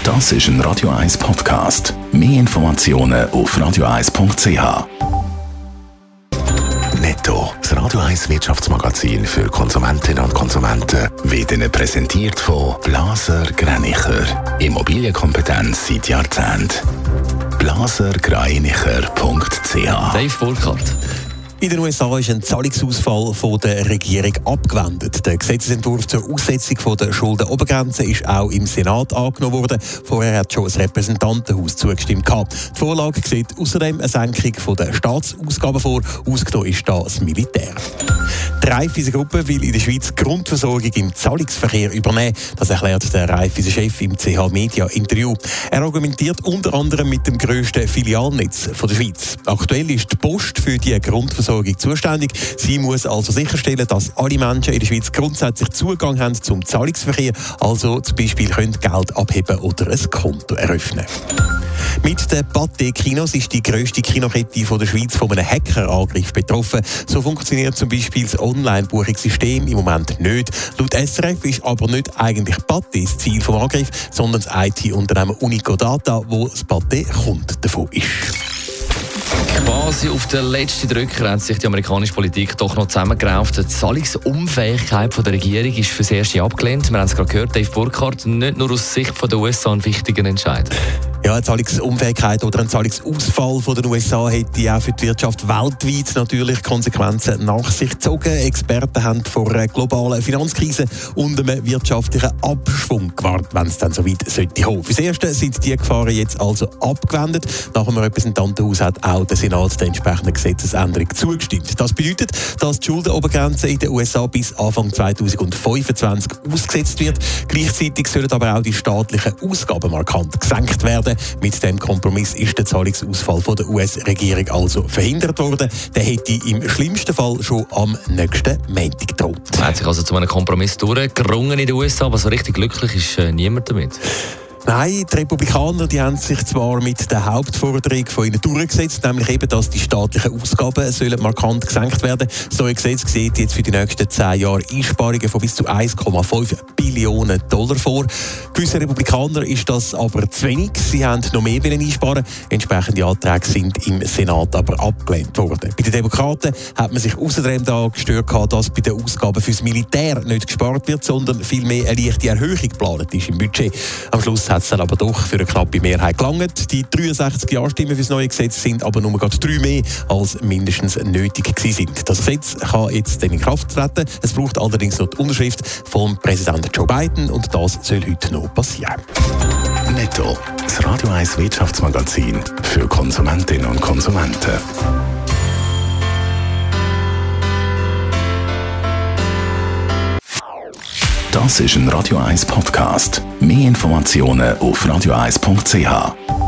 Das ist ein Radio 1 Podcast. Mehr Informationen auf radio1.ch. Netto, das Radio 1 Wirtschaftsmagazin für Konsumentinnen und Konsumenten, wird Ihnen präsentiert von Blaser Greinicher. Immobilienkompetenz seit Jahrzehnten. blasergreinicher.ch. Dave Burkhardt. In den USA ist ein Zahlungsausfall von der Regierung abgewendet. Der Gesetzesentwurf zur Aussetzung der Schuldenobergrenze ist auch im Senat angenommen worden. Vorher hat schon das Repräsentantenhaus zugestimmt. Die Vorlage sieht außerdem eine Senkung der Staatsausgaben vor. Ausgenommen ist da das Militär. Die Raiffeisen-Gruppe will in der Schweiz die Grundversorgung im Zahlungsverkehr übernehmen. Das erklärt der Raiffeisen-Chef im CH-Media-Interview. Er argumentiert unter anderem mit dem grössten Filialnetz der Schweiz. Aktuell ist die Post für die Grundversorgung zuständig. Sie muss also sicherstellen, dass alle Menschen in der Schweiz grundsätzlich Zugang haben zum Zahlungsverkehr, also zum Beispiel können Geld abheben oder ein Konto eröffnen. Mit den Pathé-Kinos ist die grösste Kinokette der Schweiz von einem Hackerangriff betroffen. So funktioniert zum Beispiel das Online-Buchungssystem im Moment nicht. Laut SRF ist aber nicht eigentlich Pathé das Ziel des Angriffs, sondern das IT-Unternehmen Unico Data, wo das Pathé Kunde davon ist. Quasi auf den letzten Drücker hat sich die amerikanische Politik doch noch zusammengerauft. Die Zahlungsunfähigkeit der Regierung ist fürs Erste abgelehnt. Wir haben es gerade gehört, Dave Burkhardt, nicht nur aus Sicht der USA ein wichtiger Entscheid. Ja, eine Zahlungsunfähigkeit oder ein Zahlungsausfall von den USA hätte auch für die Wirtschaft weltweit natürlich Konsequenzen nach sich gezogen. Experten haben vor einer globalen Finanzkrise und einem wirtschaftlichen Abschwung gewarnt, wenn es dann so weit sollte kommen. Fürs Erste sind die Gefahren jetzt also abgewendet. Nach dem Repräsentantenhaus hat auch der Senat der entsprechenden Gesetzesänderung zugestimmt. Das bedeutet, dass die Schuldenobergrenze in den USA bis Anfang 2025 ausgesetzt wird. Gleichzeitig sollen aber auch die staatlichen Ausgaben markant gesenkt werden. Mit dem Kompromiss ist der Zahlungsausfall von der US-Regierung also verhindert worden. Der hätte im schlimmsten Fall schon am nächsten Montag gedroht. Man hat sich also zu einem Kompromiss durchgerungen in den USA, aber so richtig glücklich ist niemand damit. Nein, die Republikaner die haben sich zwar mit der Hauptforderung von ihnen durchgesetzt, nämlich eben, dass die staatlichen Ausgaben sollen markant gesenkt werden. Das neue Gesetz sieht jetzt für die nächsten 10 Jahre Einsparungen von bis zu 1,5 Billionen Dollar vor. Gewisse Republikaner ist das aber zu wenig. Sie haben noch mehr einsparen. Entsprechende Anträge sind im Senat aber abgelehnt worden. Bei den Demokraten hat man sich außerdem da gestört, dass bei den Ausgaben fürs Militär nicht gespart wird, sondern vielmehr eine leichte Erhöhung geplant ist im Budget. Am Schluss hat es dann aber doch für eine knappe Mehrheit gelangt. Die 63 Ja-Stimmen für das neue Gesetz sind aber nur gerade 3 mehr, als mindestens nötig gewesen sind. Das Gesetz kann jetzt in Kraft treten. Es braucht allerdings noch die Unterschrift vom Präsidenten Joe Biden und das soll heute noch passieren. Netto, das Radio 1 Wirtschaftsmagazin für Konsumentinnen und Konsumenten. Das ist ein Radio 1 Podcast. Mehr Informationen auf radio1.ch.